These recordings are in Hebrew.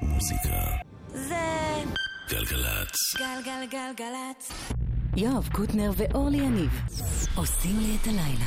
מוזיקה זה גלגלצ. גלגלגלגלצ. יואב קוטנר ואורלי יניב עושים לי את הלילה.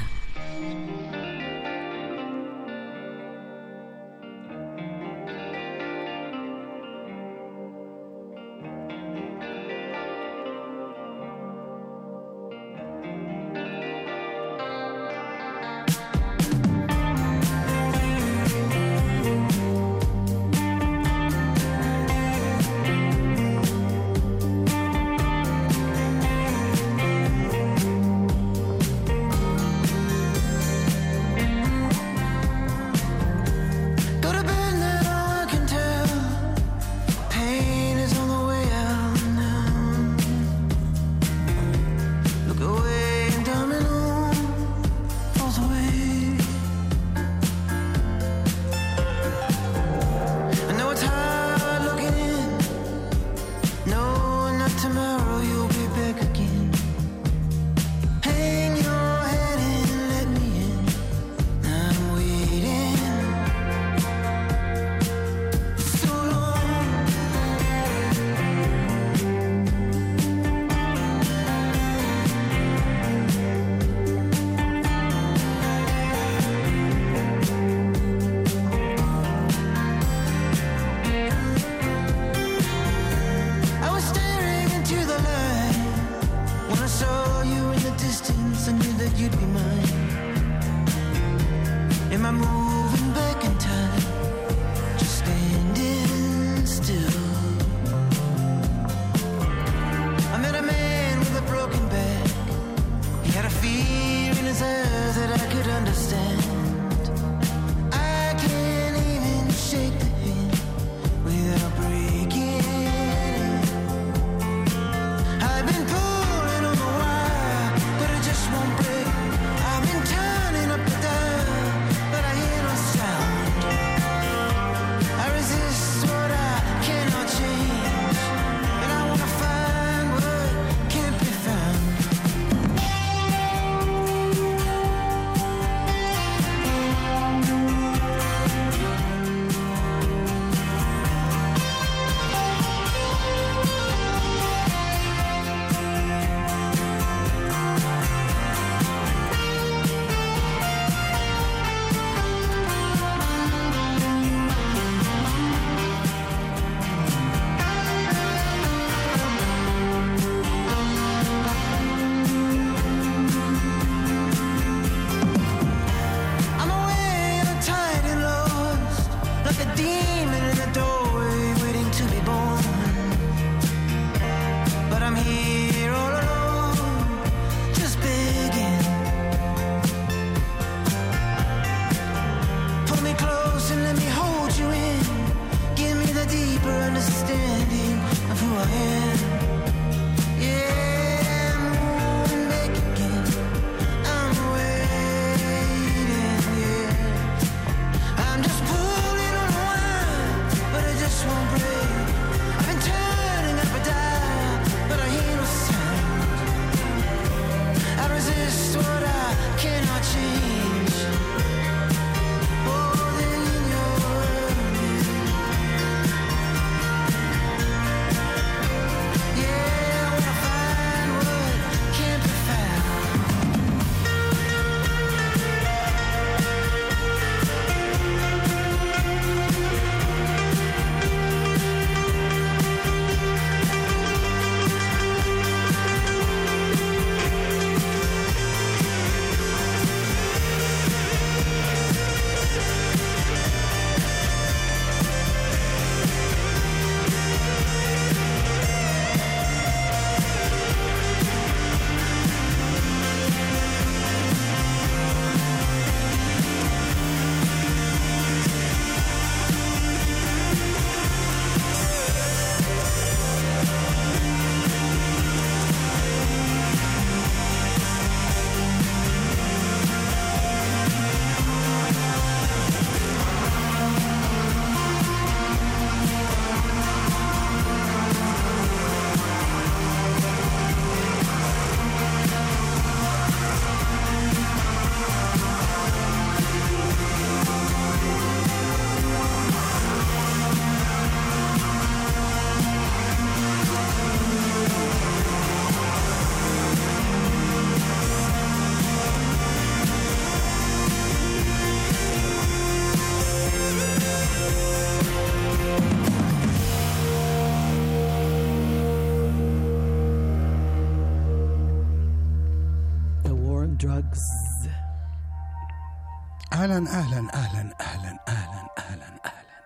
אהלן, אהלן, אהלן, אהלן, אהלן, אהלן,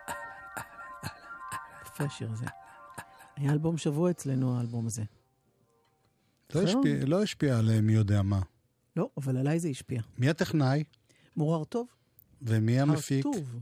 יפה השיר הזה. היה אלבום שבוע אצלנו, האלבום הזה. לא השפיע עליהם מי יודע מה. לא, אבל עליי זה השפיע. מי הטכנאי? מורר טוב. ומי המפיק? הרטוב.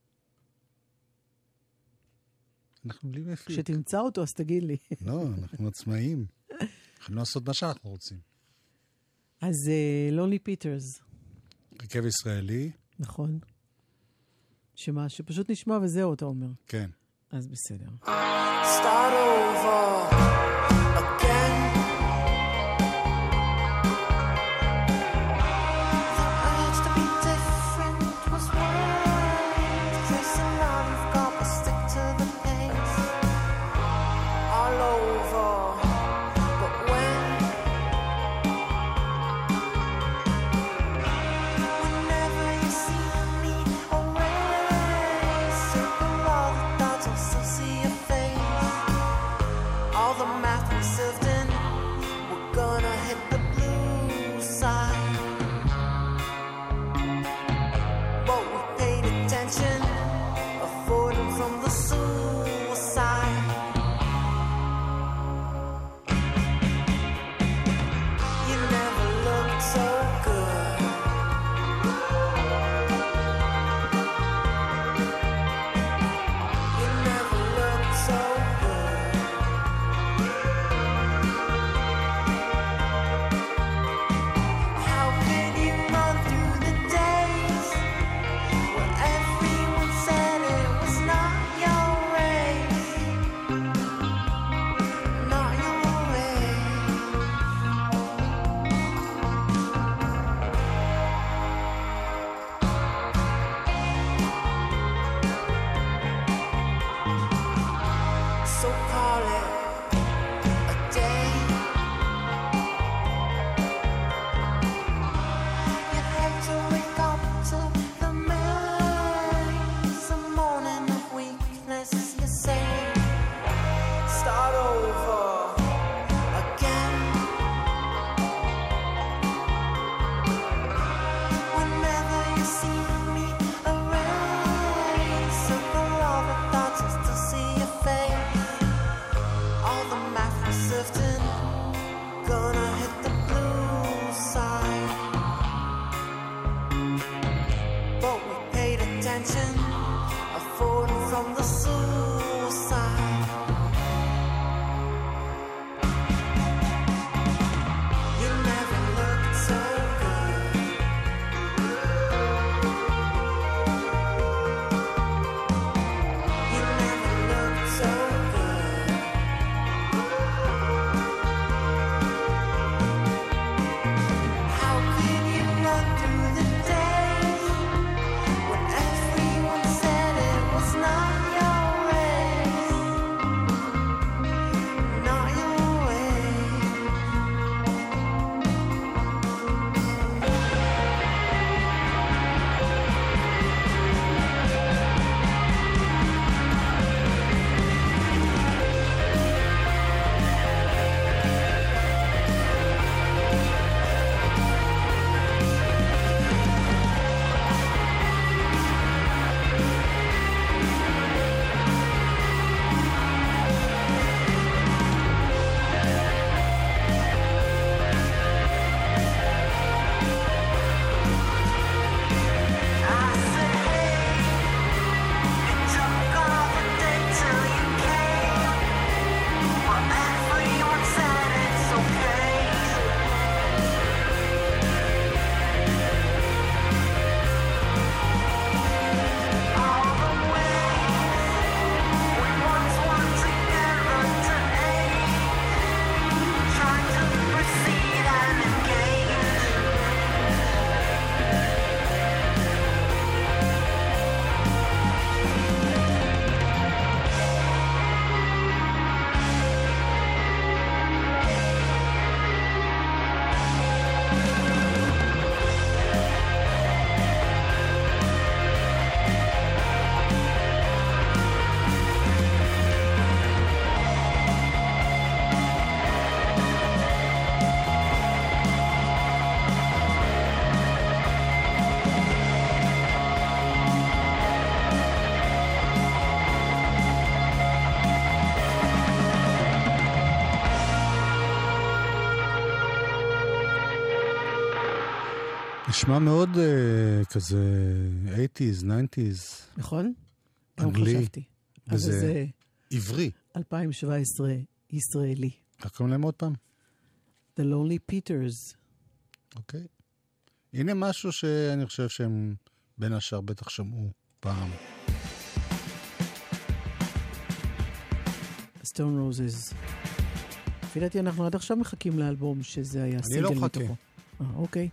אנחנו בלי מפיק. כשתמצא אותו, אז תגיד לי. לא, אנחנו עצמאים. אנחנו לעשות מה שאנחנו רוצים. אז לוני פיטרס. רכב ישראלי. נכון. שמה, שפשוט נשמע וזהו, אתה אומר. כן. אז בסדר. Start over again. The urge to be different was worth facing all you've got, but stick to the pace. All over, but when? Whenever you see me erase, circle all the thoughts, I'll still see your face. All the math we served in, we're gonna hit the blue side. But we paid attention, avoiding from the suicide. You never looked so good. You never looked so good. How could you run through the days where everyone said it was not your race, not your race? So call it a day. You had to wake up to the maze, a morning of weakness, you say. Start over again. Whenever you see me erase, circle all the thoughts, I still see your face. All the math we served in, gonna hit the blue side. But we paid attention, avoiding from the suicide. You never looked so good. You never looked so good. How could you run through the days when everyone said it was not your נשמע מאוד כזה 80s, 90s. נכון? גם אנגלי. חשבתי. אבל וזה זה עברי. 2017 ישראלי. איך קוראים להם עוד פעם? The Lonely Peters. אוקיי. הנה משהו שאני חושב שהם בין השאר בטח שמעו פעם. Stone Roses. לפי דעתי אנחנו עד עכשיו מחכים לאלבום שזה היה אני לא סינגל מחכה. מתוכו. אוקיי.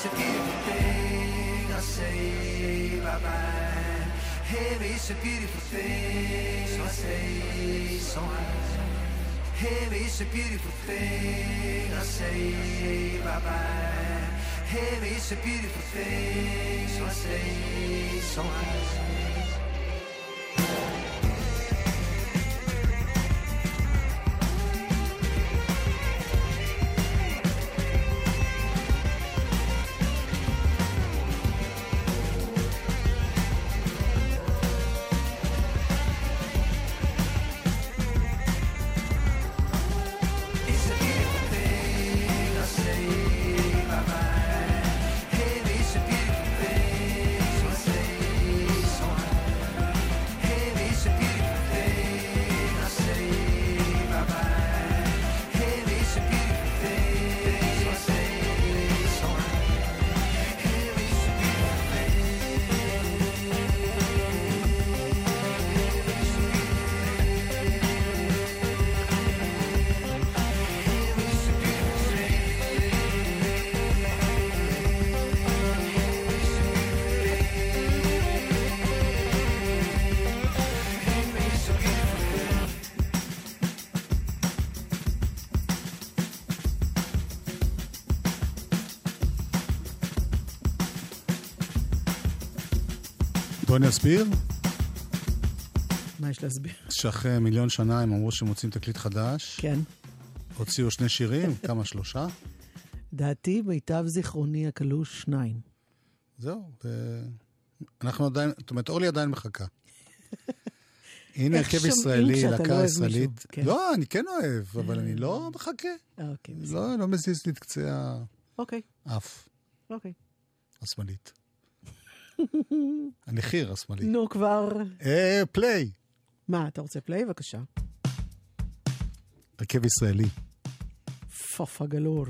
a beautiful thing. I say bye-bye. Heaven is a beautiful thing. So I say so. Heaven is a beautiful thing. I say bye-bye. Heaven is a beautiful thing. So I say so. בואי נסביר. מה יש להסביר? שאחרי 1,000,000 שנה הם אמרו שהם מוצאים תקליט חדש. כן. הוציאו 2 שירים, כמה 3? דעתי ביטב זיכרוני הקלוש 2. זהו, אנחנו עדיין, זאת אומרת, אורלי עדיין מחכה. הנה הרכב ישראלי, להקה ישראלית. לא, אני כן אוהב, אבל אני לא מחכה. לא מזיז לי את קצה האף. אוקיי. השמאלית. הנחיר השמאלית. נו כבר. פליי. מה, אתה רוצה פליי? בבקשה. הרכב ישראלי. פאפה גלור.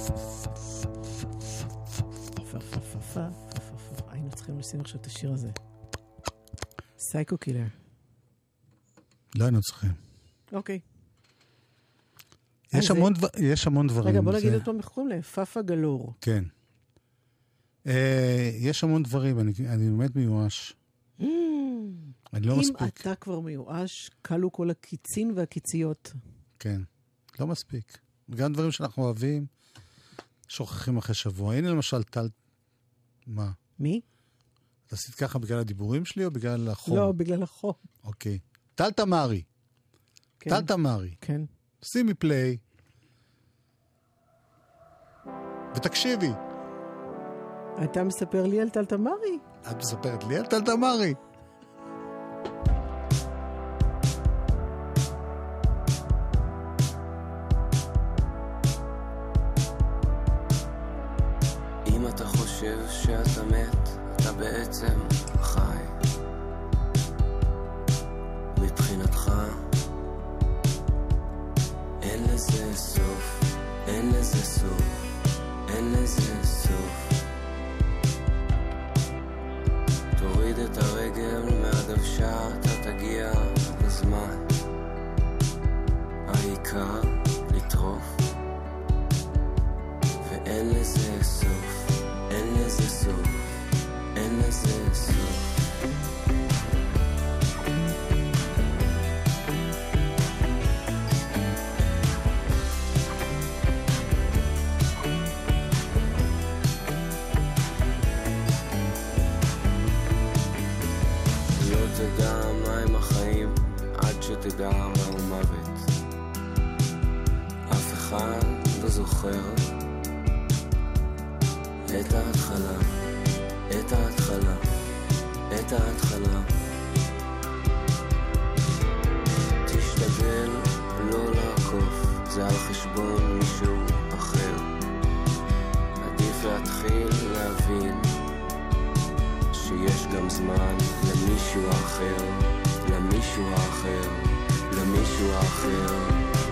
היינו צריכים לשים עכשיו את השיר הזה. סייקו קילר. לא היינו צריכים. אוקיי. יש המון דברים. רגע, בוא נגיד אותו מחקום לפאפה גלור. כן. יש המון דברים, אני באמת מיואש. אני לא מספיק. אם אתה כבר מיואש, קלו כל הקיצין והקיציות. כן, לא מספיק. גם דברים שאנחנו אוהבים, שוכחים אחרי שבוע. הנה למשל טל... מה? מי? אתה עשית ככה בגלל הדיבורים שלי או בגלל החום? לא, בגלל החום. אוקיי. טל תמרי. כן. טל תמרי. כן. שימי פליי. ותקשיבי. אתה מספר לי על טל תמרי? את מספרת לי על טל תמרי? אם אתה חושב שאתה מת, אתה בעצם חי. מבחינתך אין לזה סוף, אין לזה סוף, אין לזה סוף. תוריד את הרגל מהדוושה, אתה תגיע בזמן. העיקר לטרוף, ואין לזה סוף, אין לזה סוף, אין לזה סוף. תדע מה הם החיים עד שתדע מה הוא מוות. אף אחד לא זוכר את ההתחלה, את ההתחלה, את ההתחלה. תשתדל לא לעקוף, זה על חשבון מישהו אחר. עדיף להתחיל להבין שיש גם זמן למישהו אחר, למישהו אחר, למישהו אחר.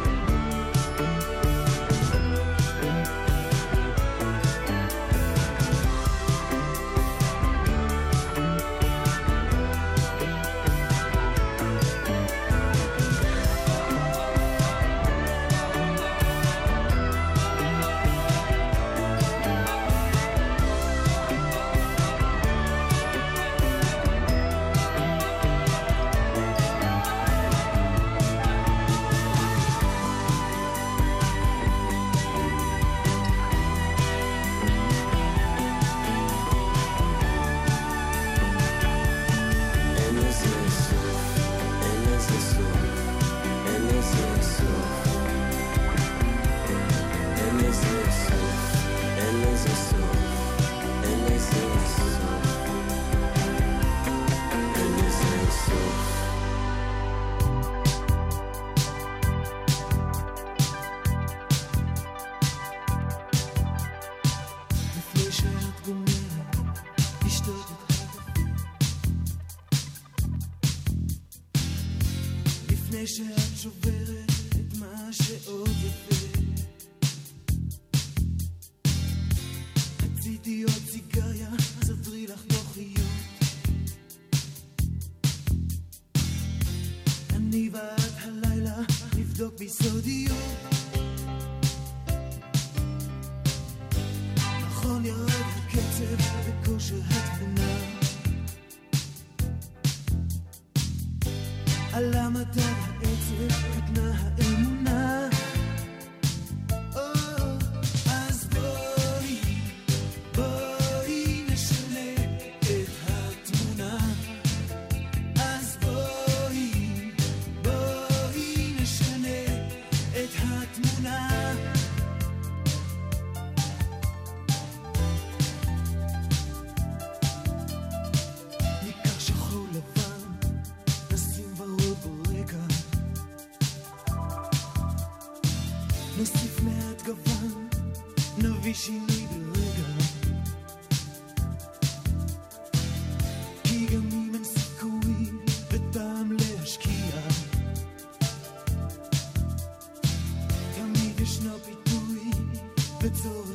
שאת שוברת את מה שעוד יפה. רציתי עוד סיגריה, סדרי לך נוחיות. אני ואת הלילה נבדוק בסודיות. נכון ירד הקצב וכושר התמונה. עלה מדד העצב, קטנה האמונה. אז בואי נשנה את התמונה. אז בואי נשנה את התמונה. ניקח שחור לבן, נשים ורוד ברקע, נוסיף מעט גוון, נביא שינוי ברגע. כי גם אם אין סיכוי וטעם להשקיע, תמיד ישנו פיתוי וצורך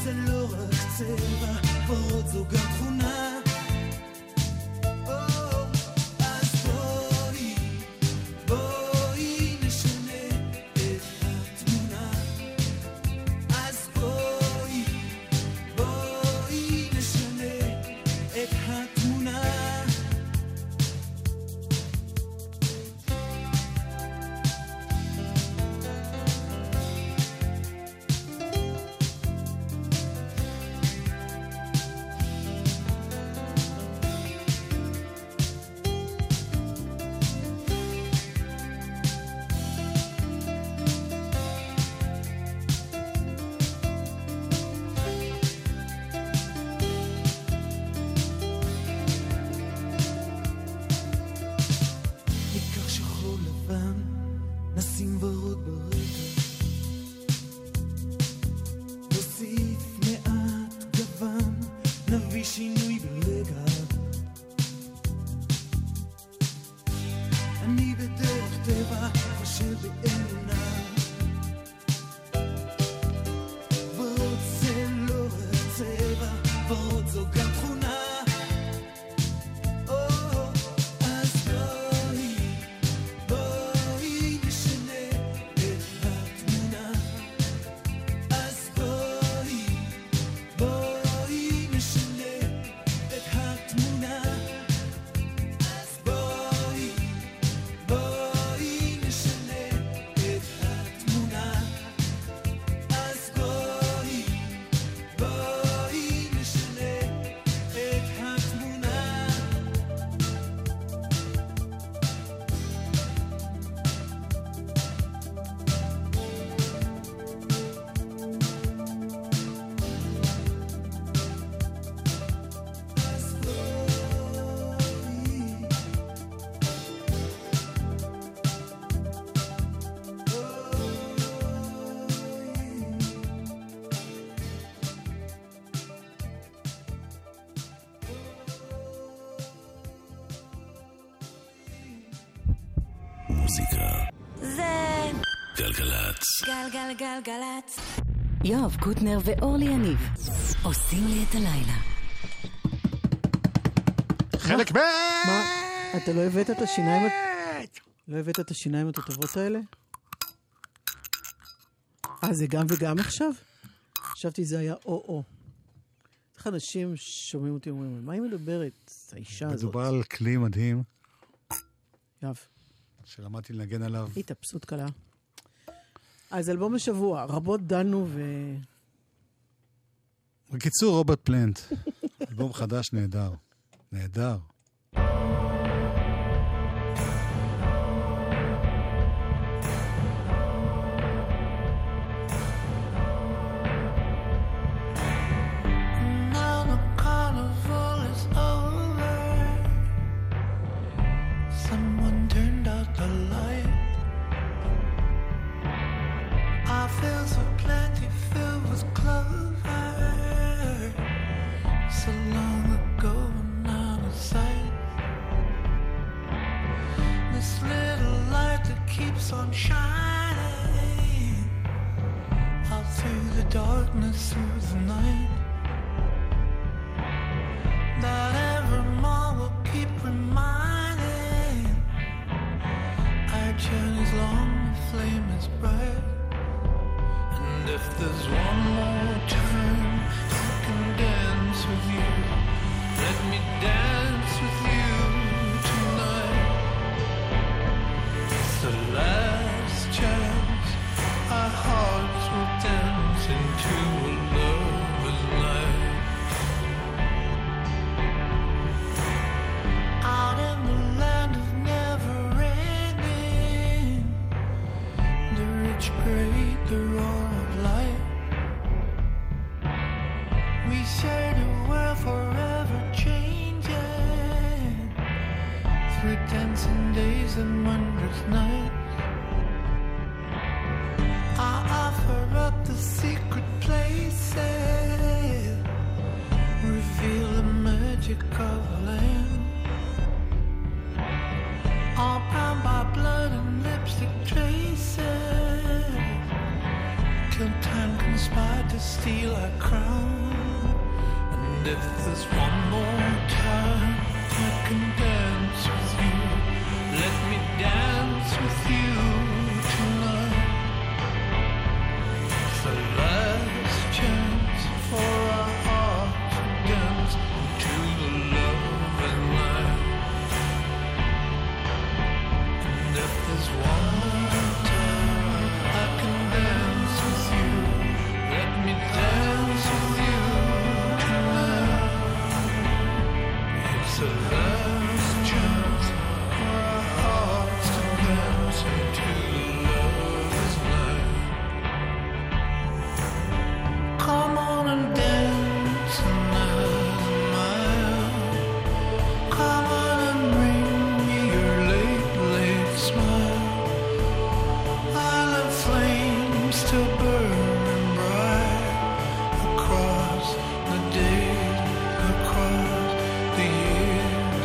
זה לא רק צבע, ורוד זו גם תכונה. זה גלגלצ. גלגלגלגלצ. יואב קוטנר ואורלי יניב עושים לי את הלילה. חלק ב'. מה? אתה לא הבאת את השיניים? לא הבאת את השיניים הטובות האלה? זה גם וגם עכשיו? חשבתי זה היה או-או. איך אנשים שומעים אותי אומרים, מה היא מדברת? האישה הזאת. מדובר על כלי מדהים. יואב. שלמדתי לנגן עליו. התאפסות קלה. אז אלבום השבוע, רבות דנו בקיצור, רוברט פלנט. אלבום חדש נהדר. נהדר. On shining out through the darkness, through the night, that evermore will keep reminding our journey's long, the flame is bright. And if there's one more time I can dance with you, let me dance with you tonight. The last chance our hearts will dance into a lover's night. Out in the land of never ending, the rich parade the roar of light. We shared a world forever changing through dancing days and wondrous nights. I offer up the secret places, reveal the magic of the land. All bound by blood and lipstick traces, till time can conspired to steal our crown. And if there's one more time I can dance with you, let me dance with you tonight. It's the last chance for our hearts to dance to the love of night. And if there's one more time I can dance with you, let me dance with you tonight. It's the last chance for our hearts to dance into the lover's night. Come on and dance tonight, my own. Come on and bring me your late, late smile. Island flames still burning bright across the days, across the years.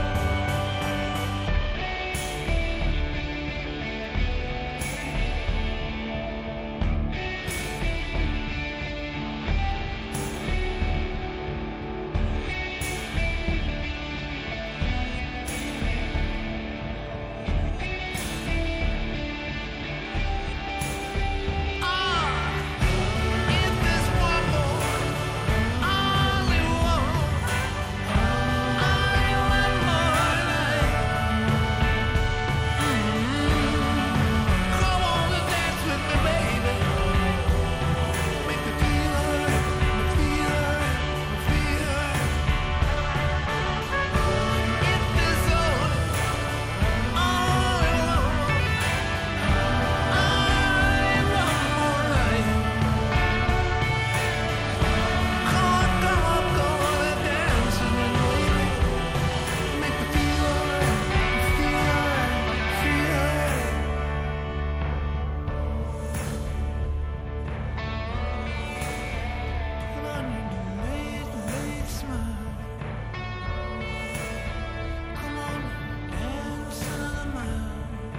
If there's one more, only one, only one more night. Come on and dance with me, baby. Make me feel alright, feel alright, feel alright. If there's only one, only one more night. Come on and dance with me, baby. Make me feel alright, feel alright, feel alright. Put on your late, late smile. Come on and dance another mile.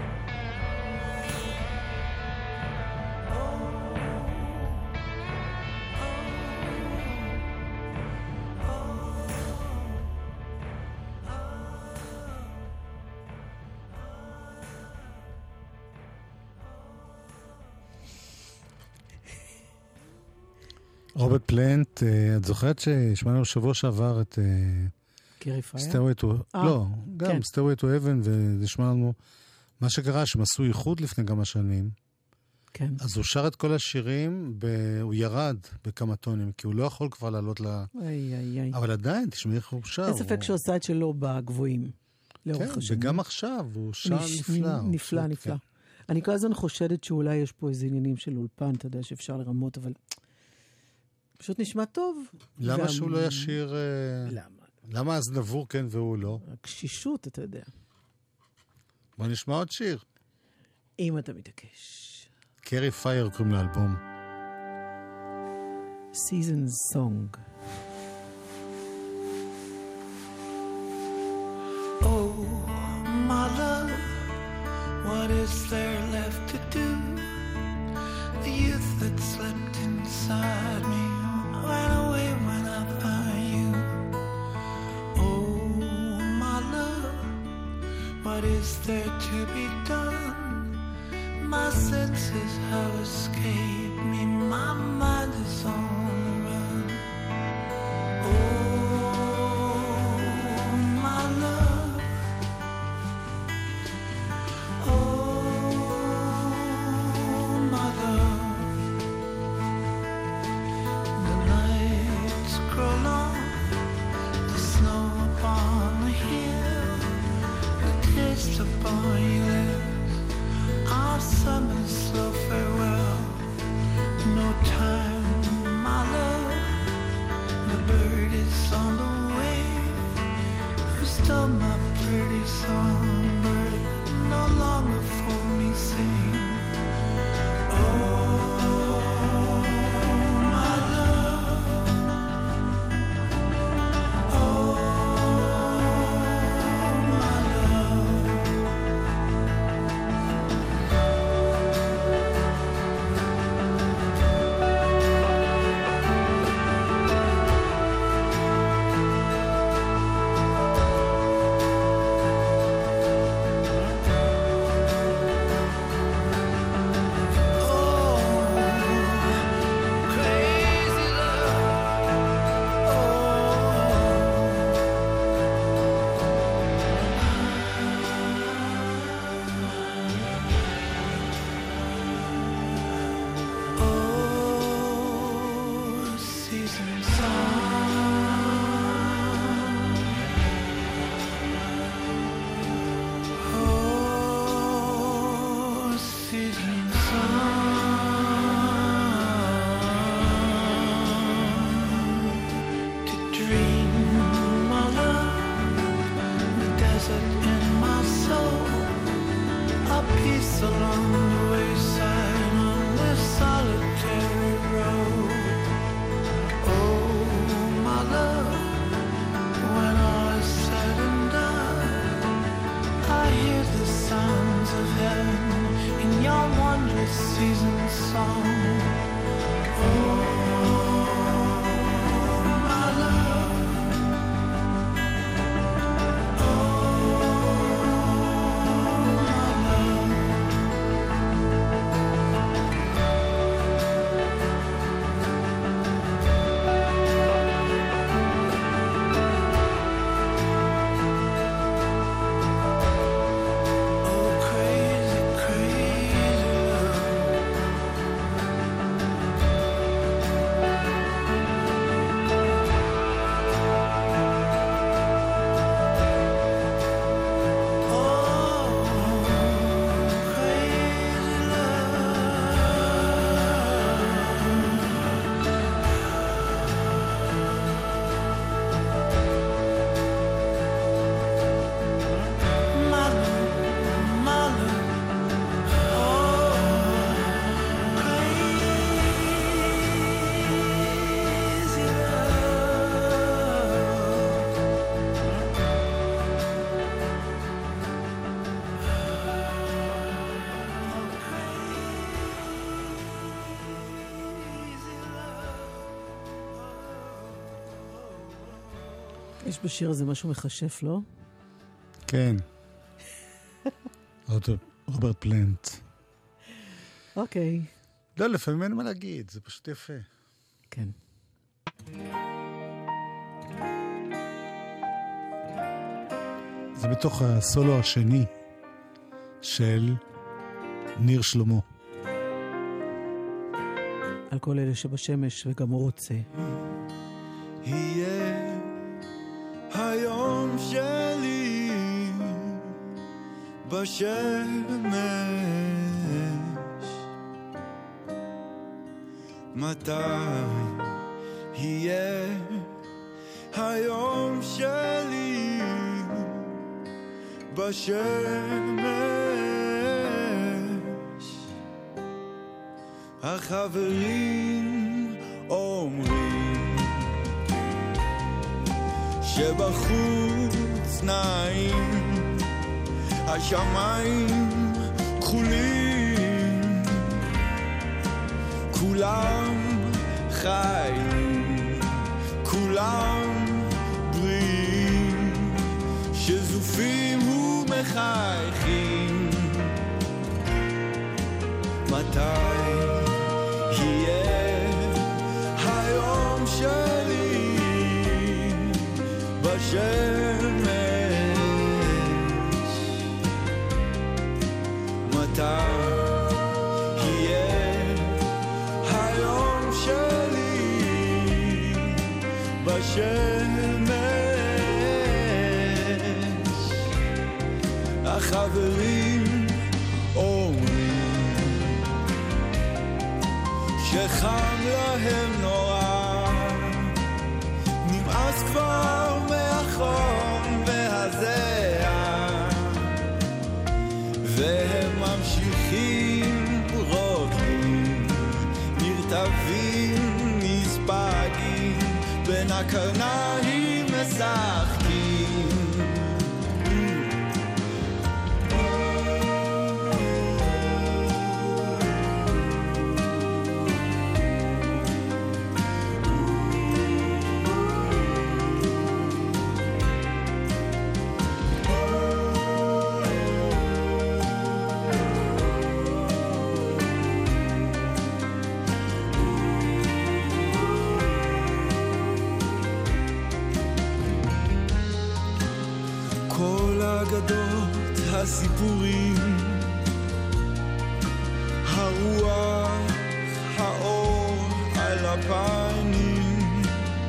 רוברט פלנט, את זוכרת ששמענו שבוע שעבר את קרי פייר? סטייווי טו... לא, גם כן. סטייווי טו אבן, ונשמע לנו מה שקרה, שהם עשו איחוד לפני כמה שנים. כן. אז הוא שר את כל השירים, הוא ירד בכמה טונים, כי הוא לא יכול כבר לעלות איי, איי, איי. אבל עדיין, תשמעי איך הוא שר. אין ספק שהוא עשה את שלו בגבוהים. לאורך כן, השנים. וגם עכשיו, הוא שר נפלא. נפלא, נפלא. אני כל הזמן חושדת שאולי יש פה איזה עניינים של אולפן, אתה יודע שאפשר לרמות, אבל פשוט נשמע טוב. למה שהוא לא ישיר... למה? למה אז נבור כן והוא לא? הקשישות, אתה יודע. בוא נשמע עוד שיר. אם אתה מתעקש. קרי פייר קוראים לאלבום. Season's Song. Oh, my love, what is there left to do? The youth that slept inside me ran away when I found you. Oh, my love, what is there to be done? My senses have escaped me, my mind is on the run. Oh, my love. Oh, my love. The nights grow long, the snow upon the hill, the taste upon your lips, our summer's slow farewell. song. Oh, my love. יש בשיר הזה משהו מחשף, לא? כן. רוברט פלנט. אוקיי. לא, לפעמים אין מה להגיד, זה פשוט יפה. כן. זה בתוך הסולו השני של ניר שלמה. על כל אלה שבשמש וגם הוא רוצה. יהיה היום שלי בשמש, מתי יהיה היום שלי בשמש, החברים אומרים שבחוץ נעים, השמיים כחולים, כולם חיים, כולם בריאים, שזופים ומחייכים. מתי יהיה היום שלי בשמש, מתי יהיה היום שלי בשמש, החברים אומרים שחם להם נורא, נמאס כבר מהחום והזיעה, והם ממשיכים רוקדים, נרטבים, נספגים, בין הקרניים משחקים. הסיפורים, הרוח, האור על הפנים,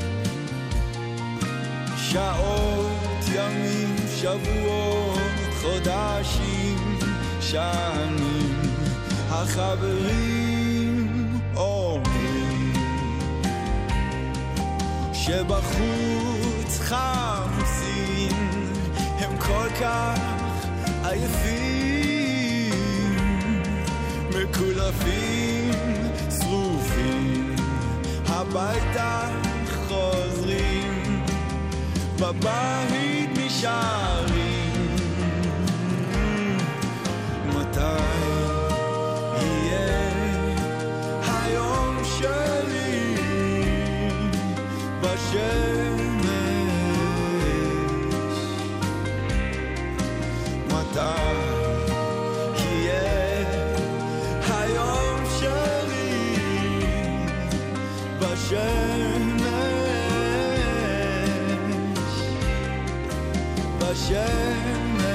שעות, ימים, שבועות, חודשים, שנים, החברים אומרים שבחוץ חמסים, הם כל כך עייפים, מקולפים, שרופים, הביתה חוזרים, בבית נשארים. מתי יהיה בשמש, בשמש.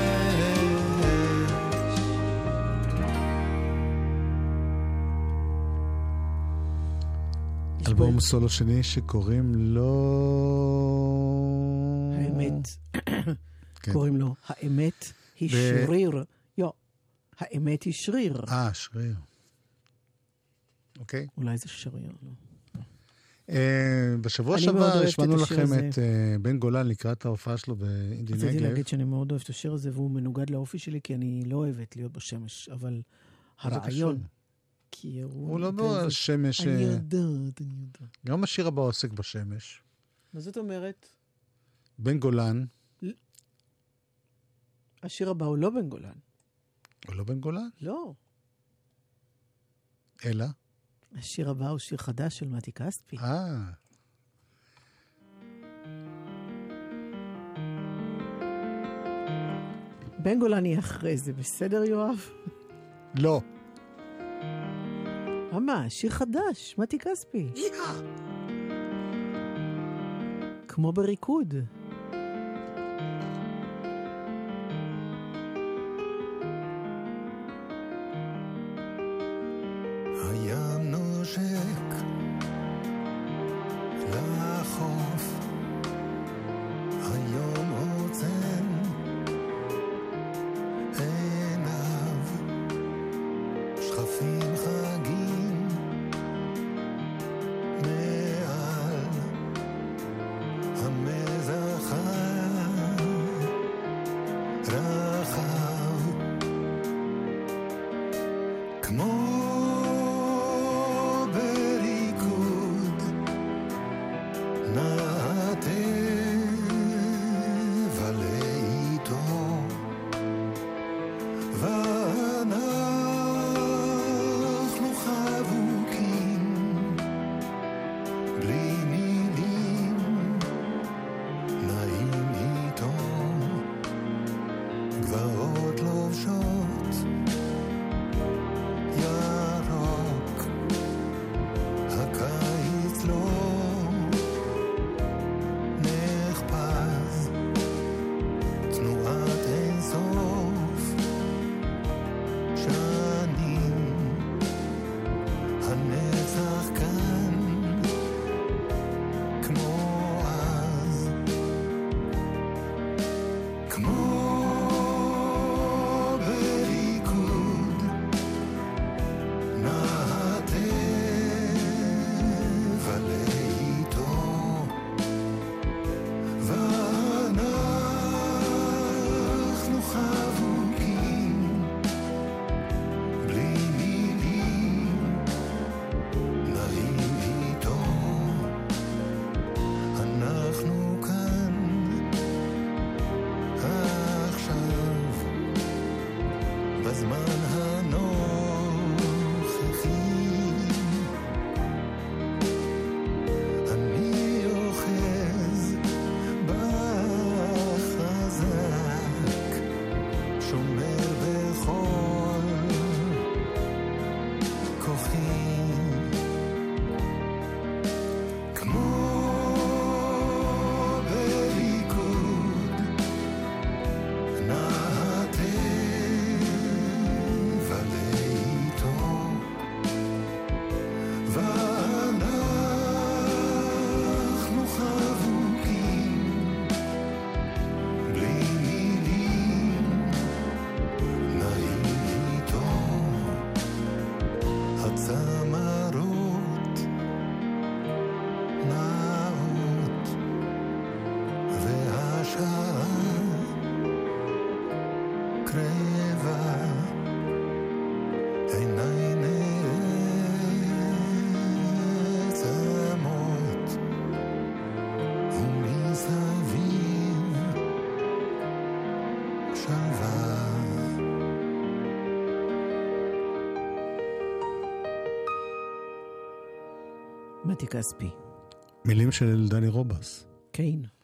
אלבום סולו שני שקוראים לו... האמת. קוראים לו האמת היא שריר. האמת היא שריר. שריר. אוקיי. אולי זה שריר, לא. בשבוע שעבר השמענו לכם את בן גולן לקראת ההופעה שלו באינדי נגב. רציתי להגיד שאני מאוד אוהבת את השיר הזה, והוא מנוגד לאופי שלי, כי אני לא אוהבת להיות בשמש, אבל הרעיון... הוא לא בשמש... אני יודעת. גם השיר הבא עוסק בשמש. מה זאת אומרת? בן גולן. השיר הבא הוא לא בן גולן. הוא לא בן גולן? לא. אלא? השיר הבא הוא שיר חדש של מתי כספי. בן גולן יהיה אחרי זה, בסדר יואב? לא. מה? שיר חדש, מתי כספי. כמו בריקוד. הים נושק לחוף, היום עוצם עיניו, שכפים חגים מעל המזח הרחב, כמו מתי כספי. מילים של דני רובס. כן.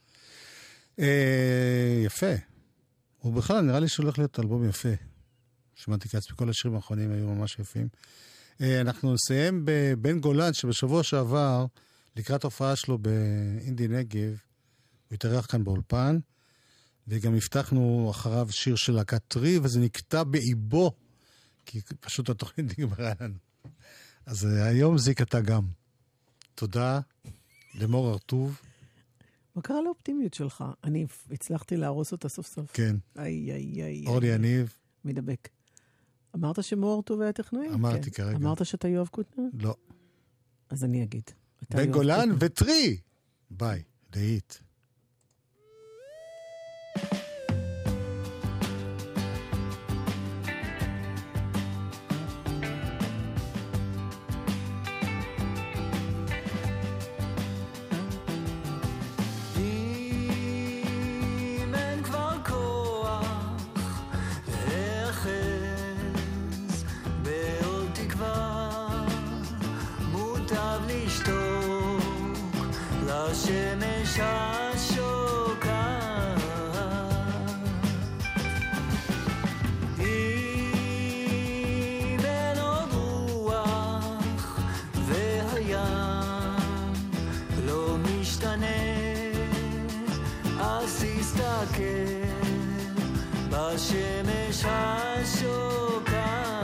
יפה. הוא בכלל נראה לי שהולך להיות אלבום יפה. שמעתי כספי, כל השירים האחרונים היו ממש יפים. אנחנו נסיים בבן גולן, שבשבוע שעבר, לקראת הופעה שלו באינדי נגב, הוא התארח כאן באולפן, וגם הבטחנו אחריו שיר של להקת טרי, וזה נקטע באיבו, כי פשוט התוכנית נגמרה לנו. אז היום זיק אתה גם. תודה למור הרטוב. מה קרה לאופטימיות שלך? אני הצלחתי להרוס אותה סוף סוף. כן. איי. אורלי יניב. מדבק. אמרת שמור הרטוב היה טכנאי? אמרתי כרגע. אמרת שאתה יואב קוטנר? לא. אז אני אגיד. בן גולן וטרי. ביי. דהית. השמש השוקעת היא בין עוד רוח והים לא משתנה, אז תסתכל בשמש השוקעת.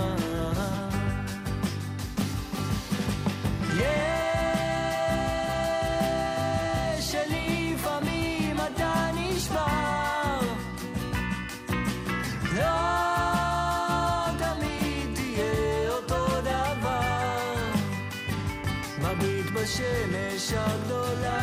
בשמש הגדולה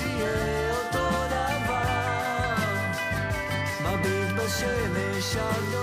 בשמש